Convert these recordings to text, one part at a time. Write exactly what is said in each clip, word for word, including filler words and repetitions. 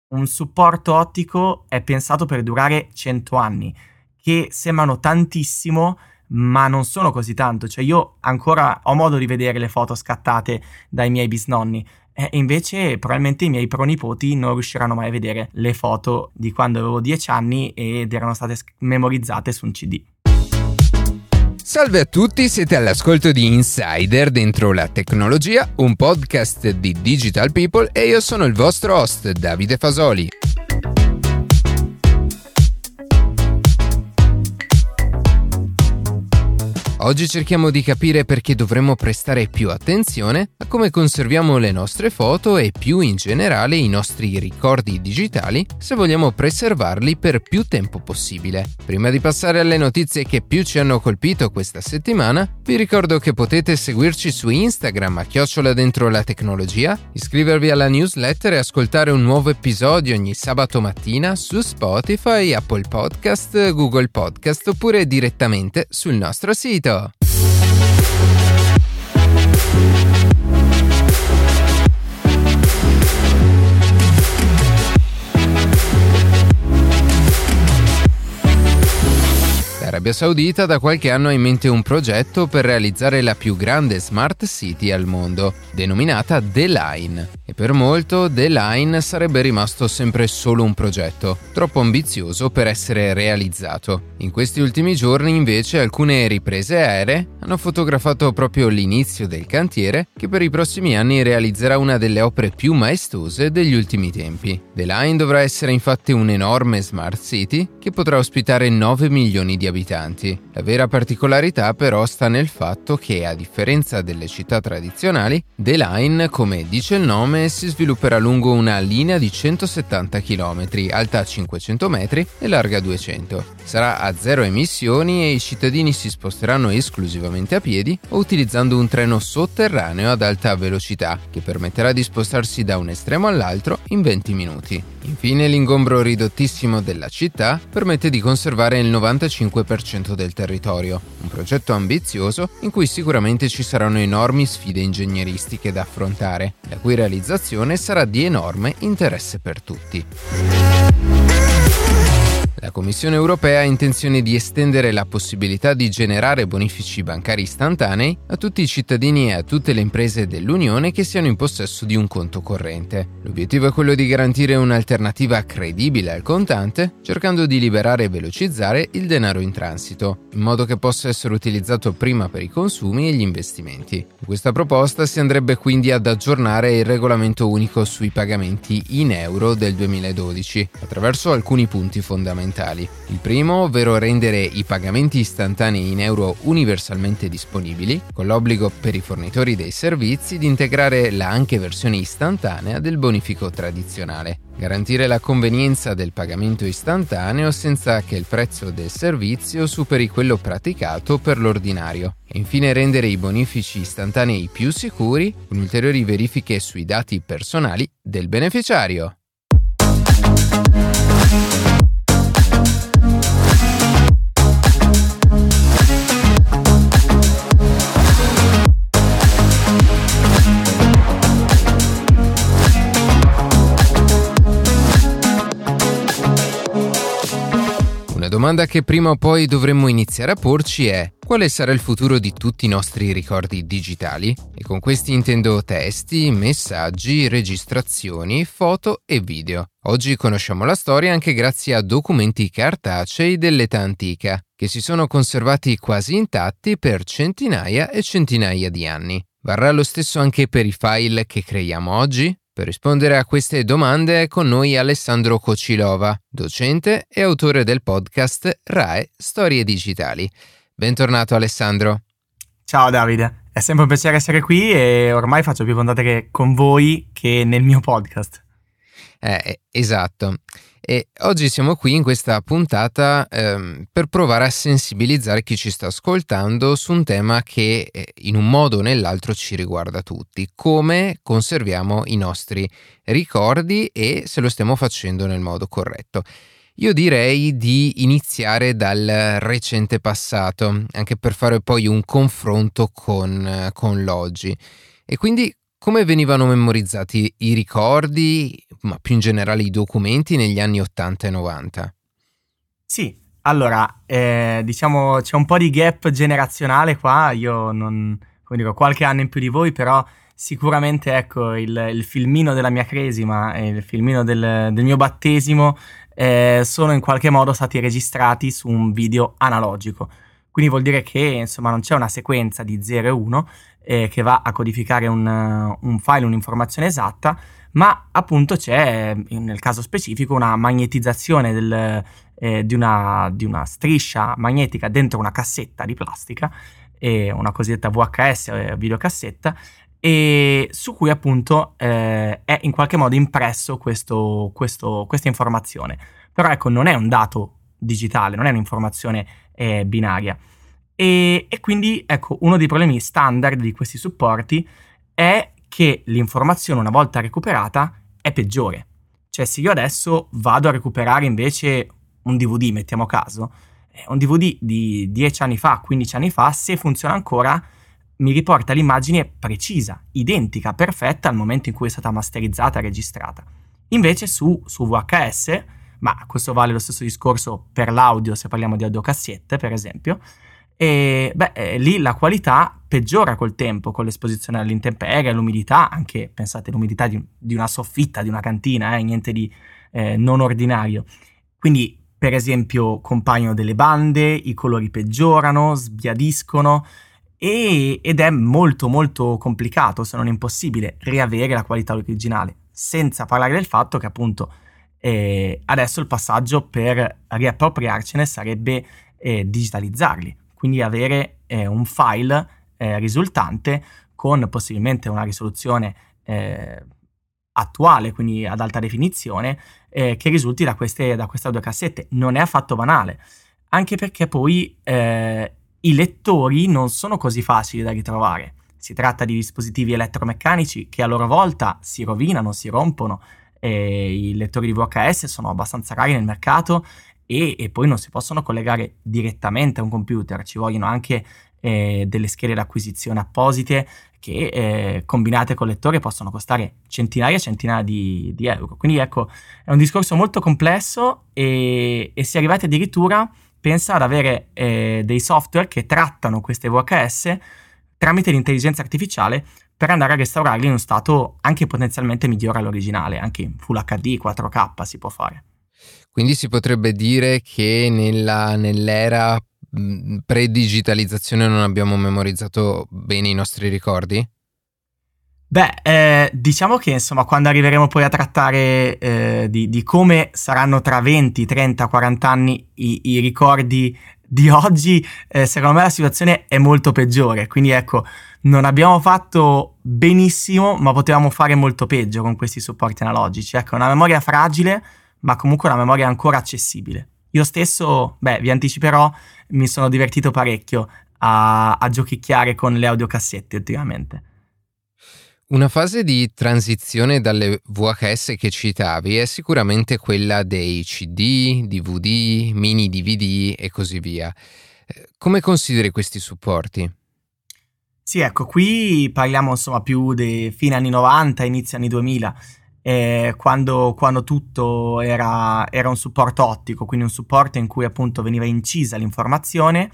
Un supporto ottico è pensato per durare cento anni, che sembrano tantissimo, ma non sono così tanto. Cioè io ancora ho modo di vedere le foto scattate dai miei bisnonni, e invece probabilmente i miei pronipoti non riusciranno mai a vedere le foto di quando avevo dieci anni ed erano state memorizzate su un C D. Salve a tutti, siete all'ascolto di Insider dentro la tecnologia, un podcast di Digital People e io sono il vostro host Davide Fasoli. Oggi cerchiamo di capire perché dovremmo prestare più attenzione a come conserviamo le nostre foto e più in generale i nostri ricordi digitali se vogliamo preservarli per più tempo possibile. Prima di passare alle notizie che più ci hanno colpito questa settimana, vi ricordo che potete seguirci su Instagram a chiocciola dentro la tecnologia, iscrivervi alla newsletter e ascoltare un nuovo episodio ogni sabato mattina su Spotify, Apple Podcast, Google Podcast oppure direttamente sul nostro sito. L'Arabia Saudita da qualche anno ha in mente un progetto per realizzare la più grande smart city al mondo, denominata The Line. E per molto The Line sarebbe rimasto sempre solo un progetto, troppo ambizioso per essere realizzato. In questi ultimi giorni invece alcune riprese aeree hanno fotografato proprio l'inizio del cantiere che per i prossimi anni realizzerà una delle opere più maestose degli ultimi tempi. The Line dovrà essere infatti un'enorme smart city che potrà ospitare nove milioni di abitanti. La vera particolarità però sta nel fatto che, a differenza delle città tradizionali, The Line, come dice il nome, si svilupperà lungo una linea di centosettanta chilometri, alta cinquecento metri e larga duecento. Sarà a zero emissioni e i cittadini si sposteranno esclusivamente a piedi o utilizzando un treno sotterraneo ad alta velocità che permetterà di spostarsi da un estremo all'altro in venti minuti. Infine, l'ingombro ridottissimo della città permette di conservare il novantacinque per cento del territorio, un progetto ambizioso in cui sicuramente ci saranno enormi sfide ingegneristiche da affrontare, la cui realizzazione sarà di enorme interesse per tutti. La Commissione europea ha intenzione di estendere la possibilità di generare bonifici bancari istantanei a tutti i cittadini e a tutte le imprese dell'Unione che siano in possesso di un conto corrente. L'obiettivo è quello di garantire un'alternativa credibile al contante, cercando di liberare e velocizzare il denaro in transito, in modo che possa essere utilizzato prima per i consumi e gli investimenti. Con questa proposta si andrebbe quindi ad aggiornare il regolamento unico sui pagamenti in euro del duemiladodici, attraverso alcuni punti fondamentali. Il primo, ovvero rendere i pagamenti istantanei in euro universalmente disponibili, con l'obbligo per i fornitori dei servizi di integrare la anche versione istantanea del bonifico tradizionale. Garantire la convenienza del pagamento istantaneo senza che il prezzo del servizio superi quello praticato per l'ordinario. E infine rendere i bonifici istantanei più sicuri con ulteriori verifiche sui dati personali del beneficiario. La domanda che prima o poi dovremmo iniziare a porci è: quale sarà il futuro di tutti i nostri ricordi digitali? E con questi intendo testi, messaggi, registrazioni, foto e video. Oggi conosciamo la storia anche grazie a documenti cartacei dell'età antica, che si sono conservati quasi intatti per centinaia e centinaia di anni. Varrà lo stesso anche per i file che creiamo oggi? Per rispondere a queste domande è con noi Alessandro Cocilova, docente e autore del podcast R A E Storie Digitali. Bentornato Alessandro. Ciao Davide, è sempre un piacere essere qui e ormai faccio più puntate con voi che nel mio podcast. Eh, esatto. E oggi siamo qui in questa puntata ehm, per provare a sensibilizzare chi ci sta ascoltando su un tema che eh, in un modo o nell'altro ci riguarda tutti: come conserviamo i nostri ricordi e se lo stiamo facendo nel modo corretto. Io direi di iniziare dal recente passato, anche per fare poi un confronto con, con l'oggi. E quindi Come venivano memorizzati i ricordi, ma più in generale i documenti negli anni ottanta e novanta? Sì, allora, eh, diciamo c'è un po' di gap generazionale qua, io non, come dico, qualche anno in più di voi, però sicuramente ecco il, il filmino della mia cresima e il filmino del, del mio battesimo eh, sono in qualche modo stati registrati su un video analogico. Quindi vuol dire che insomma non c'è una sequenza di zero e uno eh, che va a codificare un, un file, un'informazione esatta, ma appunto c'è nel caso specifico una magnetizzazione del, eh, di, una, di una striscia magnetica dentro una cassetta di plastica, eh, una cosiddetta V H S, eh, videocassetta, e su cui appunto eh, è in qualche modo impresso questo, questo, questa informazione. Però ecco, non è un dato digitale, non è un'informazione eh, binaria. E, e quindi ecco, uno dei problemi standard di questi supporti è che l'informazione una volta recuperata è peggiore. Cioè se io adesso vado a recuperare invece un D V D, mettiamo caso, un D V D di dieci anni fa, quindici anni fa, se funziona ancora, mi riporta l'immagine precisa, identica, perfetta al momento in cui è stata masterizzata e registrata. Invece su, su V H S, ma questo vale lo stesso discorso per l'audio se parliamo di audiocassette per esempio, e beh, eh, lì la qualità peggiora col tempo, con l'esposizione all'intemperie, all'umidità, anche pensate all'umidità di, di una soffitta, di una cantina, eh, niente di eh, non ordinario. Quindi per esempio compaiono delle bande, i colori peggiorano, sbiadiscono, E, ed è molto molto complicato, se non impossibile, riavere la qualità originale, senza parlare del fatto che appunto eh, adesso il passaggio per riappropriarcene sarebbe eh, digitalizzarli, quindi avere eh, un file eh, risultante con possibilmente una risoluzione eh, attuale, quindi ad alta definizione, eh, che risulti da queste, da queste audiocassette. Non è affatto banale, anche perché poi eh, i lettori non sono così facili da ritrovare. Si tratta di dispositivi elettromeccanici che a loro volta si rovinano, si rompono, e i lettori di V H S sono abbastanza rari nel mercato e, e poi non si possono collegare direttamente a un computer, ci vogliono anche eh, delle schede d'acquisizione apposite che eh, combinate col lettore possono costare centinaia e centinaia di, di euro. Quindi ecco, è un discorso molto complesso e, e si è arrivati addirittura, pensa, ad avere eh, dei software che trattano queste V H S tramite l'intelligenza artificiale per andare a restaurarli in uno stato anche potenzialmente migliore all'originale, anche in Full H D, quattro K si può fare. Quindi si potrebbe dire che nella, nell'era mh, pre-digitalizzazione non abbiamo memorizzato bene i nostri ricordi? Beh, eh, diciamo che insomma quando arriveremo poi a trattare eh, di, di come saranno tra venti, trenta, quaranta anni i, i ricordi di oggi, eh, secondo me la situazione è molto peggiore, quindi ecco, non abbiamo fatto benissimo, ma potevamo fare molto peggio con questi supporti analogici. Ecco, una memoria fragile, ma comunque una memoria ancora accessibile. Io stesso, beh, vi anticiperò, mi sono divertito parecchio a, a giochicchiare con le audiocassette ultimamente. Una fase di transizione dalle V H S che citavi è sicuramente quella dei C D, D V D, mini D V D e così via. Come consideri questi supporti? Sì, ecco, qui parliamo insomma più di fine anni novanta, inizio anni duemila, eh, quando, quando tutto era, era un supporto ottico, quindi un supporto in cui appunto veniva incisa l'informazione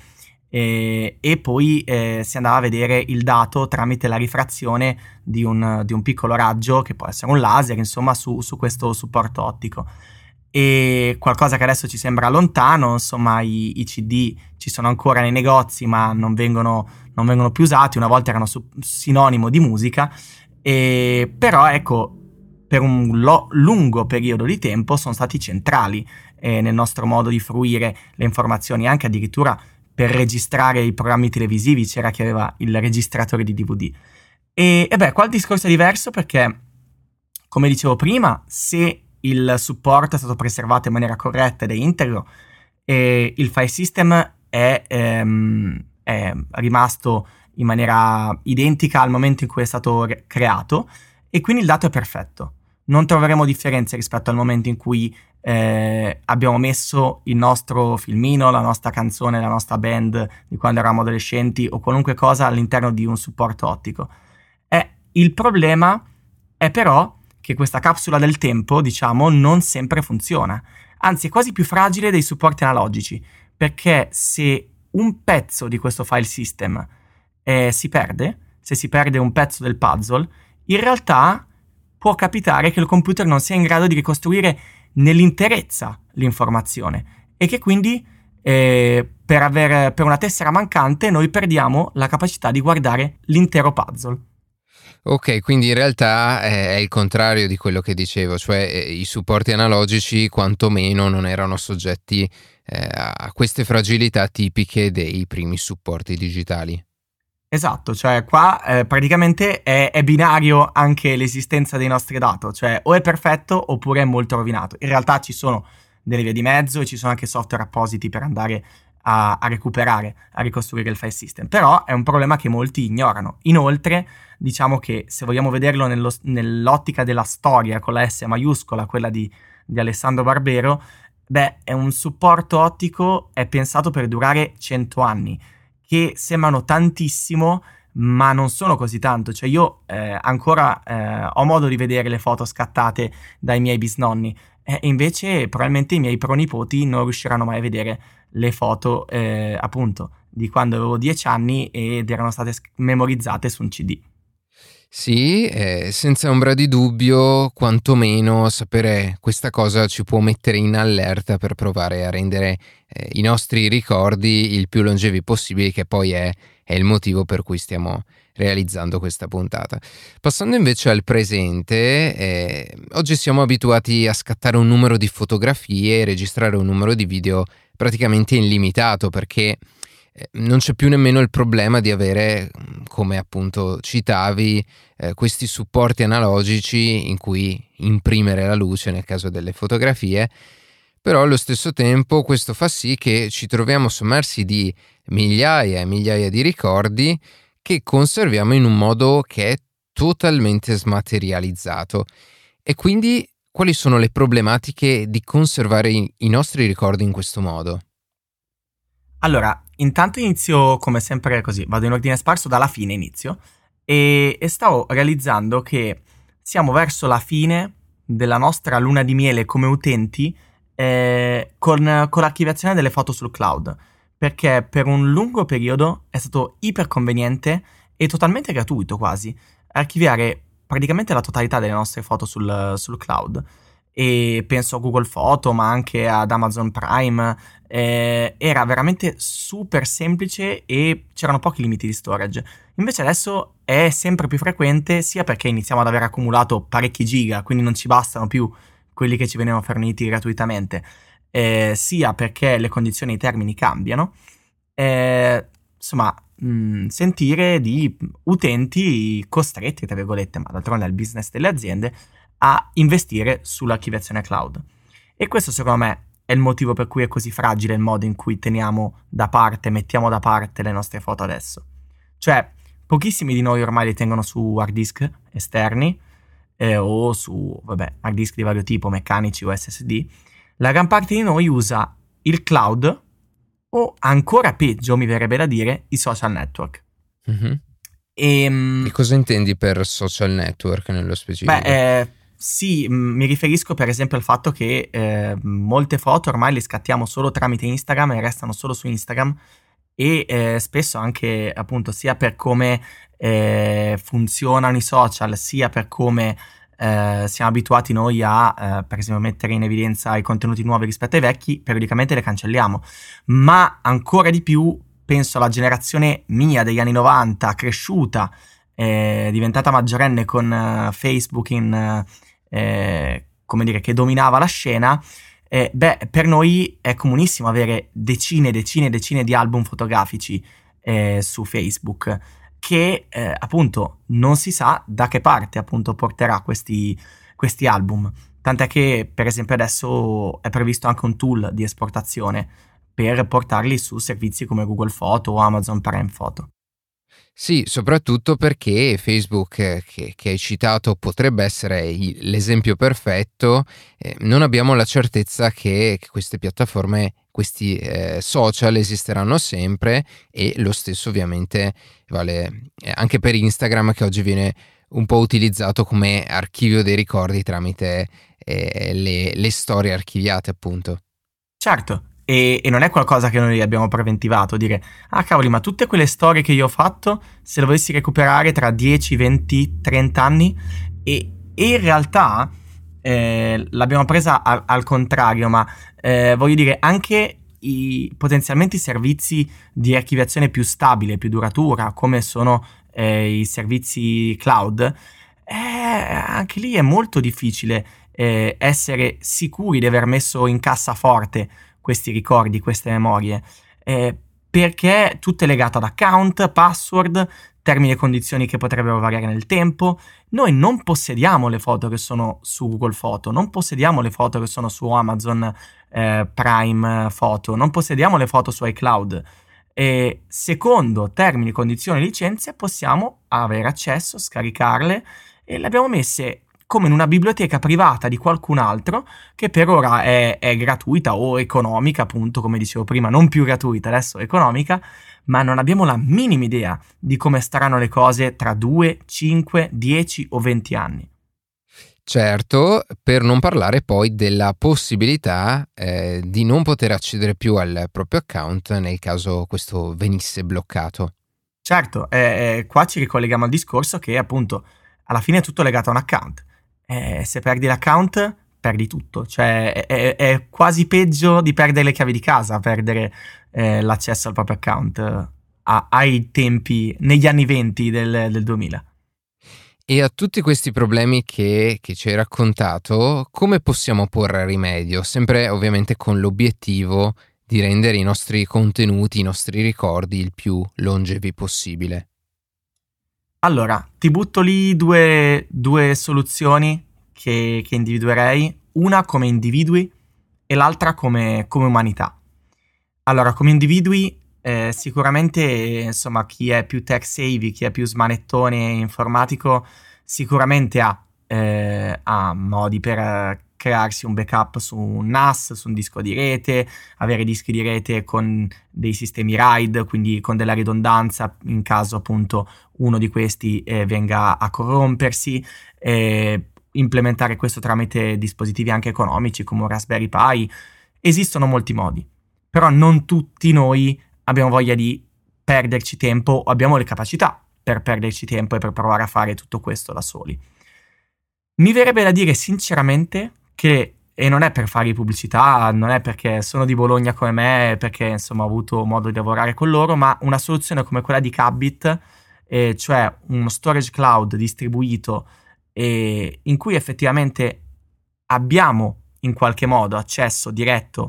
e, e poi eh, si andava a vedere il dato tramite la rifrazione di un, di un piccolo raggio, che può essere un laser, insomma, su, su questo supporto ottico. E qualcosa che adesso ci sembra lontano, insomma, i, i C D ci sono ancora nei negozi, ma non vengono, non vengono più usati, una volta erano su, sinonimo di musica, e, però ecco, per un lo, lungo periodo di tempo sono stati centrali eh, nel nostro modo di fruire le informazioni, anche addirittura per registrare i programmi televisivi c'era chi aveva il registratore di D V D. E, e beh, qua il discorso è diverso perché, come dicevo prima, se il supporto è stato preservato in maniera corretta ed è integro, e il file system è, ehm, è rimasto in maniera identica al momento in cui è stato re- creato, e quindi il dato è perfetto. Non troveremo differenze rispetto al momento in cui eh, abbiamo messo il nostro filmino, la nostra canzone, la nostra band di quando eravamo adolescenti o qualunque cosa all'interno di un supporto ottico. È Il problema è però che questa capsula del tempo, diciamo, non sempre funziona. Anzi, è quasi più fragile dei supporti analogici, perché se un pezzo di questo file system eh, si perde, se si perde un pezzo del puzzle, in realtà può capitare che il computer non sia in grado di ricostruire nell'interezza l'informazione e che quindi eh, per, aver, per una tessera mancante noi perdiamo la capacità di guardare l'intero puzzle. Ok, quindi in realtà è il contrario di quello che dicevo, cioè i supporti analogici quantomeno non erano soggetti eh, a queste fragilità tipiche dei primi supporti digitali. Esatto, cioè qua eh, praticamente è, è binario anche l'esistenza dei nostri dati, cioè o è perfetto oppure è molto rovinato. In realtà ci sono delle vie di mezzo e ci sono anche software appositi per andare a, a recuperare, a ricostruire il file system, però è un problema che molti ignorano. Inoltre, diciamo che se vogliamo vederlo nello, nell'ottica della storia con la S maiuscola, quella di, di Alessandro Barbero, beh, è un supporto ottico, è pensato per durare cento anni, che sembrano tantissimo, ma non sono così tanto. Cioè io eh, ancora eh, ho modo di vedere le foto scattate dai miei bisnonni, e invece probabilmente i miei pronipoti non riusciranno mai a vedere le foto eh, appunto di quando avevo dieci anni ed erano state memorizzate su un C D. Sì, eh, senza ombra di dubbio, quantomeno sapere questa cosa ci può mettere in allerta per provare a rendere eh, i nostri ricordi il più longevi possibili, che poi è, è il motivo per cui stiamo realizzando questa puntata. Passando invece al presente, eh, oggi siamo abituati a scattare un numero di fotografie e registrare un numero di video praticamente illimitato, perché non c'è più nemmeno il problema di avere, come appunto citavi, eh, questi supporti analogici in cui imprimere la luce nel caso delle fotografie, però allo stesso tempo questo fa sì che ci troviamo sommersi di migliaia e migliaia di ricordi che conserviamo in un modo che è totalmente smaterializzato. E quindi quali sono le problematiche di conservare i, i nostri ricordi in questo modo? Allora, intanto inizio come sempre così, vado in ordine sparso, dalla fine inizio, e, e stavo realizzando che siamo verso la fine della nostra luna di miele come utenti eh, con, con l'archiviazione delle foto sul cloud, perché per un lungo periodo è stato iper conveniente e totalmente gratuito quasi archiviare praticamente la totalità delle nostre foto sul, sul cloud. E penso a Google Photo, ma anche ad Amazon Prime, eh, era veramente super semplice e c'erano pochi limiti di storage. Invece adesso è sempre più frequente, sia perché iniziamo ad aver accumulato parecchi giga, quindi non ci bastano più quelli che ci venivano forniti gratuitamente, eh, sia perché le condizioni e i termini cambiano. Eh, insomma, mh, sentire di utenti costretti, tra virgolette, ma d'altronde è il business delle aziende, a investire sull'archiviazione cloud. E questo secondo me è il motivo per cui è così fragile il modo in cui teniamo da parte, mettiamo da parte le nostre foto adesso. Cioè, pochissimi di noi ormai le tengono su hard disk esterni eh, o su, vabbè, hard disk di vario tipo, meccanici o S S D. La gran parte di noi usa il cloud o, ancora peggio, mi verrebbe da dire, i social network. Mm-hmm. E, e cosa intendi per social network nello specifico? Beh, eh, sì, mi riferisco per esempio al fatto che eh, molte foto ormai le scattiamo solo tramite Instagram e restano solo su Instagram, e eh, spesso anche appunto sia per come eh, funzionano i social, sia per come eh, siamo abituati noi a eh, per esempio mettere in evidenza i contenuti nuovi rispetto ai vecchi, periodicamente le cancelliamo. Ma ancora di più penso alla generazione mia degli anni novanta, cresciuta, eh, diventata maggiorenne con uh, Facebook in, eh, come dire, che dominava la scena. Eh, beh, per noi è comunissimo avere decine e decine e decine di album fotografici eh, su Facebook, che eh, appunto non si sa da che parte appunto porterà questi, questi album. Tant'è che per esempio adesso è previsto anche un tool di esportazione per portarli su servizi come Google Photo o Amazon Prime Photo. Sì, soprattutto perché Facebook, eh, che, che hai citato, potrebbe essere il, l'esempio perfetto. Eh, non abbiamo la certezza che, che queste piattaforme, questi eh, social esisteranno sempre, e lo stesso ovviamente vale anche per Instagram, che oggi viene un po' utilizzato come archivio dei ricordi tramite eh, le, le storie archiviate, appunto. Certo, e, e non è qualcosa che noi abbiamo preventivato, dire ah cavoli, ma tutte quelle storie che io ho fatto, se le volessi recuperare tra dieci, venti, trenta anni, e, e in realtà eh, l'abbiamo presa a, al contrario, ma eh, voglio dire, anche i, potenzialmente i servizi di archiviazione più stabile, più duratura, come sono eh, i servizi cloud, eh, anche lì è molto difficile eh, essere sicuri di aver messo in cassaforte questi ricordi, queste memorie, eh, perché tutto è legato ad account, password, termini e condizioni che potrebbero variare nel tempo. Noi non possediamo le foto che sono su Google Foto, non possediamo le foto che sono su Amazon eh, Prime Foto, non possediamo le foto su iCloud. E secondo termini, condizioni e licenze possiamo avere accesso, scaricarle, e le abbiamo messe come in una biblioteca privata di qualcun altro che per ora è, è gratuita o economica, appunto, come dicevo prima, non più gratuita, adesso economica, ma non abbiamo la minima idea di come staranno le cose tra due, cinque, dieci o venti anni. Certo, per non parlare poi della possibilità eh, di non poter accedere più al proprio account nel caso questo venisse bloccato. Certo, eh, eh, qua ci ricolleghiamo al discorso che appunto alla fine è tutto legato a un account. Eh, se perdi l'account, perdi tutto. Cioè è, è quasi peggio di perdere le chiavi di casa, perdere eh, l'accesso al proprio account eh, a, ai tempi, negli anni venti del, del duemila. E a tutti questi problemi che, che ci hai raccontato, come possiamo porre rimedio? Sempre ovviamente con l'obiettivo di rendere i nostri contenuti, i nostri ricordi il più longevi possibile. Allora, ti butto lì due, due soluzioni che, che individuerei, una come individui e l'altra come, come umanità. Allora, come individui, eh, sicuramente, insomma, chi è più tech savvy, chi è più smanettone informatico, sicuramente ha, eh, ha modi per eh, crearsi un backup su un N A S, su un disco di rete, avere dischi di rete con dei sistemi RAID, quindi con della ridondanza in caso appunto uno di questi eh, venga a corrompersi, eh, implementare questo tramite dispositivi anche economici come un Raspberry Pi. Esistono molti modi, però non tutti noi abbiamo voglia di perderci tempo o abbiamo le capacità per perderci tempo e per provare a fare tutto questo da soli. Mi verrebbe da dire sinceramente che, e non è per fare pubblicità, non è perché sono di Bologna come me, perché insomma ho avuto modo di lavorare con loro, ma una soluzione come quella di Kabbit, eh, cioè uno storage cloud distribuito eh, in cui effettivamente abbiamo in qualche modo accesso diretto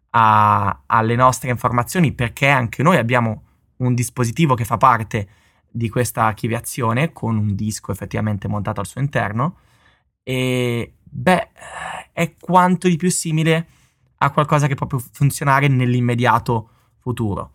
a, alle nostre informazioni, perché anche noi abbiamo un dispositivo che fa parte di questa archiviazione con un disco effettivamente montato al suo interno, e beh, è quanto di più simile a qualcosa che può funzionare nell'immediato futuro.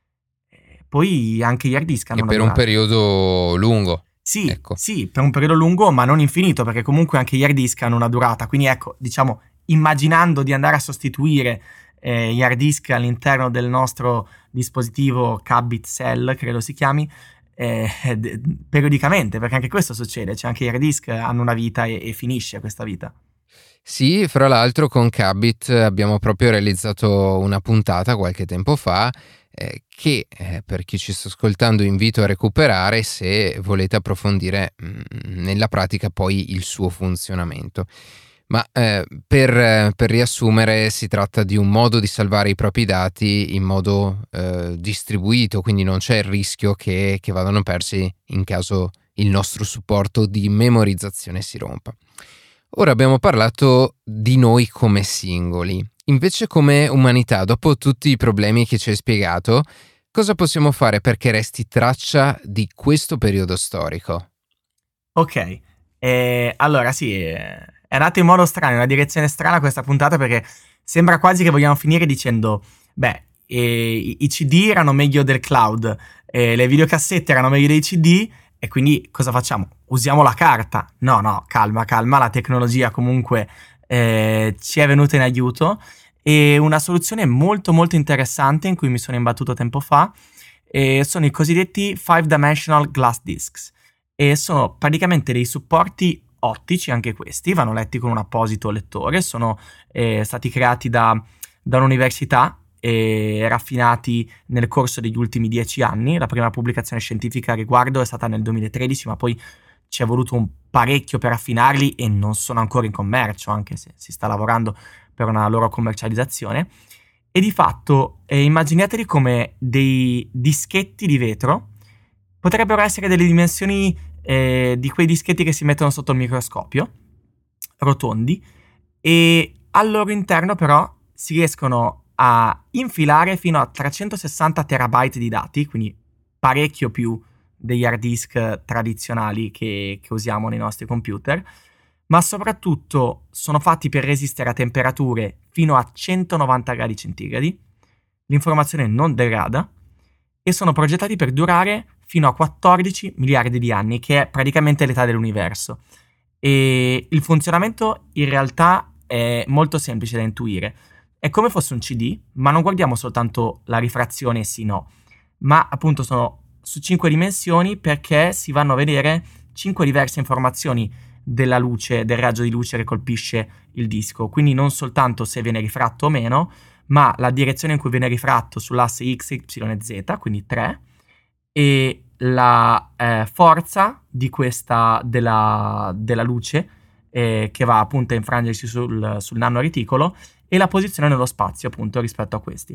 Poi anche gli hard disk hanno E una per un durata. periodo lungo. Sì, ecco. sì, per un periodo lungo, ma non infinito, perché comunque anche gli hard disk hanno una durata. Quindi ecco, diciamo, immaginando di andare a sostituire eh, gli hard disk all'interno del nostro dispositivo Kabbit Cell, credo si chiami, eh, d- periodicamente, perché anche questo succede, cioè anche gli hard disk hanno una vita e, e finisce questa vita. Sì, fra l'altro con Kabbit abbiamo proprio realizzato una puntata qualche tempo fa eh, che eh, per chi ci sta ascoltando invito a recuperare se volete approfondire mh, nella pratica poi il suo funzionamento. Ma eh, per, per riassumere, si tratta di un modo di salvare i propri dati in modo eh, distribuito, quindi non c'è il rischio che, che vadano persi in caso il nostro supporto di memorizzazione si rompa. Ora abbiamo parlato di noi come singoli. Invece come umanità, dopo tutti i problemi che ci hai spiegato, cosa possiamo fare perché resti traccia di questo periodo storico? Ok, eh, allora sì, eh, è andata in modo strano, in una direzione strana questa puntata, perché sembra quasi che vogliamo finire dicendo, beh, eh, i, i C D erano meglio del cloud, eh, le videocassette erano meglio dei C D, e quindi cosa facciamo? Usiamo la carta? No, no, calma, calma, la tecnologia comunque eh, ci è venuta in aiuto, e una soluzione molto molto interessante in cui mi sono imbattuto tempo fa eh, sono i cosiddetti five dimensional glass discs. e sono praticamente dei supporti ottici, anche questi, vanno letti con un apposito lettore, sono eh, stati creati da, da un'università e raffinati nel corso degli ultimi dieci anni. La prima pubblicazione scientifica a riguardo è stata nel duemilatredici, ma poi ci è voluto un parecchio per affinarli e non sono ancora in commercio, anche se si sta lavorando per una loro commercializzazione. E di fatto eh, immaginateli come dei dischetti di vetro, potrebbero essere delle dimensioni eh, di quei dischetti che si mettono sotto il microscopio, rotondi, e al loro interno però si riescono a infilare fino a trecentosessanta terabyte di dati, quindi parecchio più degli hard disk tradizionali che, che usiamo nei nostri computer, ma soprattutto sono fatti per resistere a temperature fino a centonovanta gradi centigradi, l'informazione non degrada e sono progettati per durare fino a quattordici miliardi di anni, che è praticamente l'età dell'universo. E il funzionamento in realtà è molto semplice da intuire. È come fosse un C D, ma non guardiamo soltanto la rifrazione sì no, ma appunto sono su cinque dimensioni, perché si vanno a vedere cinque diverse informazioni della luce, del raggio di luce che colpisce il disco, quindi non soltanto se viene rifratto o meno, ma la direzione in cui viene rifratto sull'asse X, Y e Z, quindi tre, e la eh, forza di questa della, della luce eh, che va appunto a infrangersi sul, sul nanoreticolo, e la posizione nello spazio appunto rispetto a questi.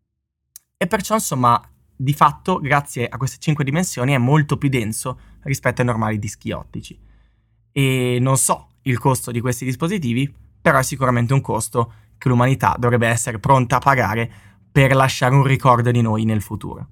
E perciò insomma di fatto grazie a queste cinque dimensioni è molto più denso rispetto ai normali dischi ottici. E non so il costo di questi dispositivi, però è sicuramente un costo che l'umanità dovrebbe essere pronta a pagare per lasciare un ricordo di noi nel futuro.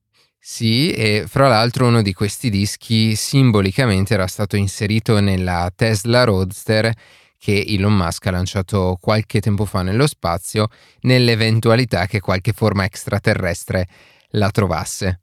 Sì, e fra l'altro uno di questi dischi simbolicamente era stato inserito nella Tesla Roadster che Elon Musk ha lanciato qualche tempo fa nello spazio, nell'eventualità che qualche forma extraterrestre la trovasse.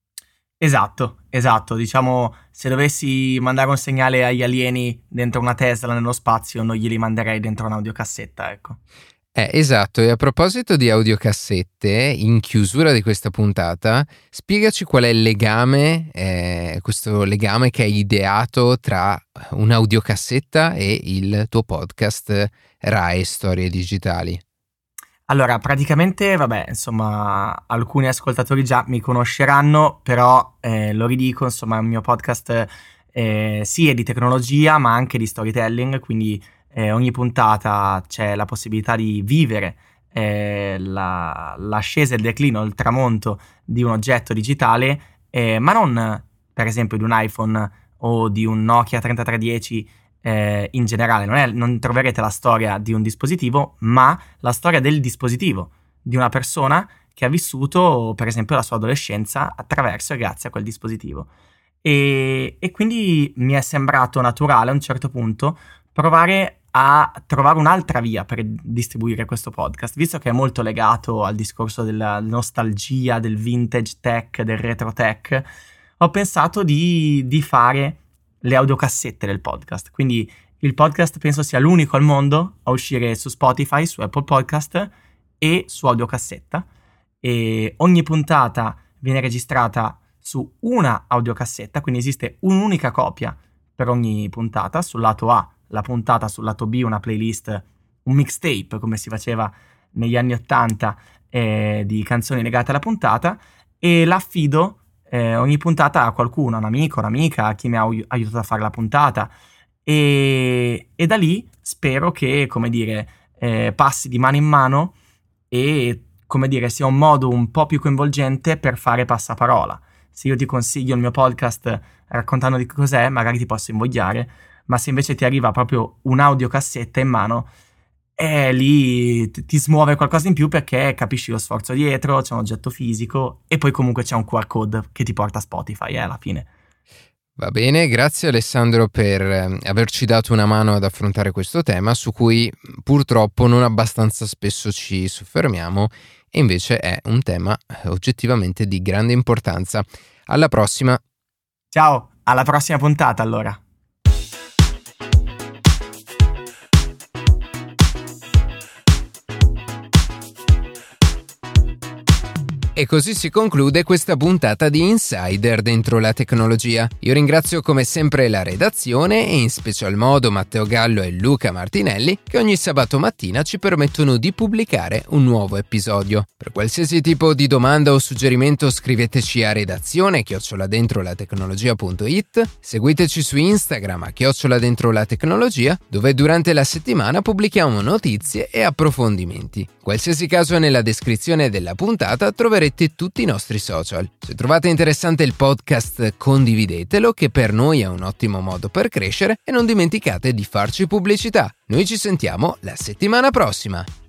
Esatto, esatto. Diciamo, se dovessi mandare un segnale agli alieni dentro una Tesla nello spazio, non glieli manderei dentro un'audiocassetta, ecco. Eh, esatto, e a proposito di audiocassette, in chiusura di questa puntata, spiegaci qual è il legame, eh, questo legame che hai ideato tra un'audiocassetta e il tuo podcast R A E Storie Digitali. Allora, praticamente, vabbè, insomma, alcuni ascoltatori già mi conosceranno, però eh, lo ridico, insomma, è un mio podcast eh, sì, è di tecnologia, ma anche di storytelling, quindi eh, ogni puntata c'è la possibilità di vivere eh, la, l'ascesa e il declino, il tramonto di un oggetto digitale, eh, ma non per esempio di un iPhone o di un Nokia trentatré dieci. Eh, in generale non, è, non troverete la storia di un dispositivo, ma la storia del dispositivo, di una persona che ha vissuto per esempio la sua adolescenza attraverso e grazie a quel dispositivo, e, e quindi mi è sembrato naturale a un certo punto provare a trovare un'altra via per distribuire questo podcast, visto che è molto legato al discorso della nostalgia, del vintage tech, del retro tech. Ho pensato di, di fare le audiocassette del podcast, quindi il podcast penso sia l'unico al mondo a uscire su Spotify, su Apple Podcast e su audiocassetta, e ogni puntata viene registrata su una audiocassetta, quindi esiste un'unica copia per ogni puntata, sul lato A la puntata, sul lato B una playlist, un mixtape come si faceva negli anni ottanta eh, di canzoni legate alla puntata, e l'affido Eh, ogni puntata a qualcuno, un amico, un'amica, a chi mi ha aiutato a fare la puntata, e, e da lì spero che, come dire, eh, passi di mano in mano e, come dire, sia un modo un po' più coinvolgente per fare passaparola. Se io ti consiglio il mio podcast raccontando di cos'è, magari ti posso invogliare, ma se invece ti arriva proprio un'audiocassetta in mano, e lì ti smuove qualcosa in più, perché capisci lo sforzo dietro, c'è un oggetto fisico e poi comunque c'è un Q R code che ti porta a Spotify eh, alla fine. Va bene, grazie Alessandro per averci dato una mano ad affrontare questo tema su cui purtroppo non abbastanza spesso ci soffermiamo, e invece è un tema oggettivamente di grande importanza. Alla prossima! Ciao, alla prossima puntata allora! E così si conclude questa puntata di Insider dentro la tecnologia. Io ringrazio come sempre la redazione e in special modo Matteo Gallo e Luca Martinelli che ogni sabato mattina ci permettono di pubblicare un nuovo episodio. Per qualsiasi tipo di domanda o suggerimento scriveteci a redazione chiocciola dentro la tecnologia punto it, seguiteci su Instagram a chiocciola dentro la tecnologia, dove durante la settimana pubblichiamo notizie e approfondimenti. Qualsiasi caso nella descrizione della puntata troverete tutti i nostri social. Se trovate interessante il podcast, condividetelo, che per noi è un ottimo modo per crescere, e non dimenticate di farci pubblicità. Noi ci sentiamo la settimana prossima.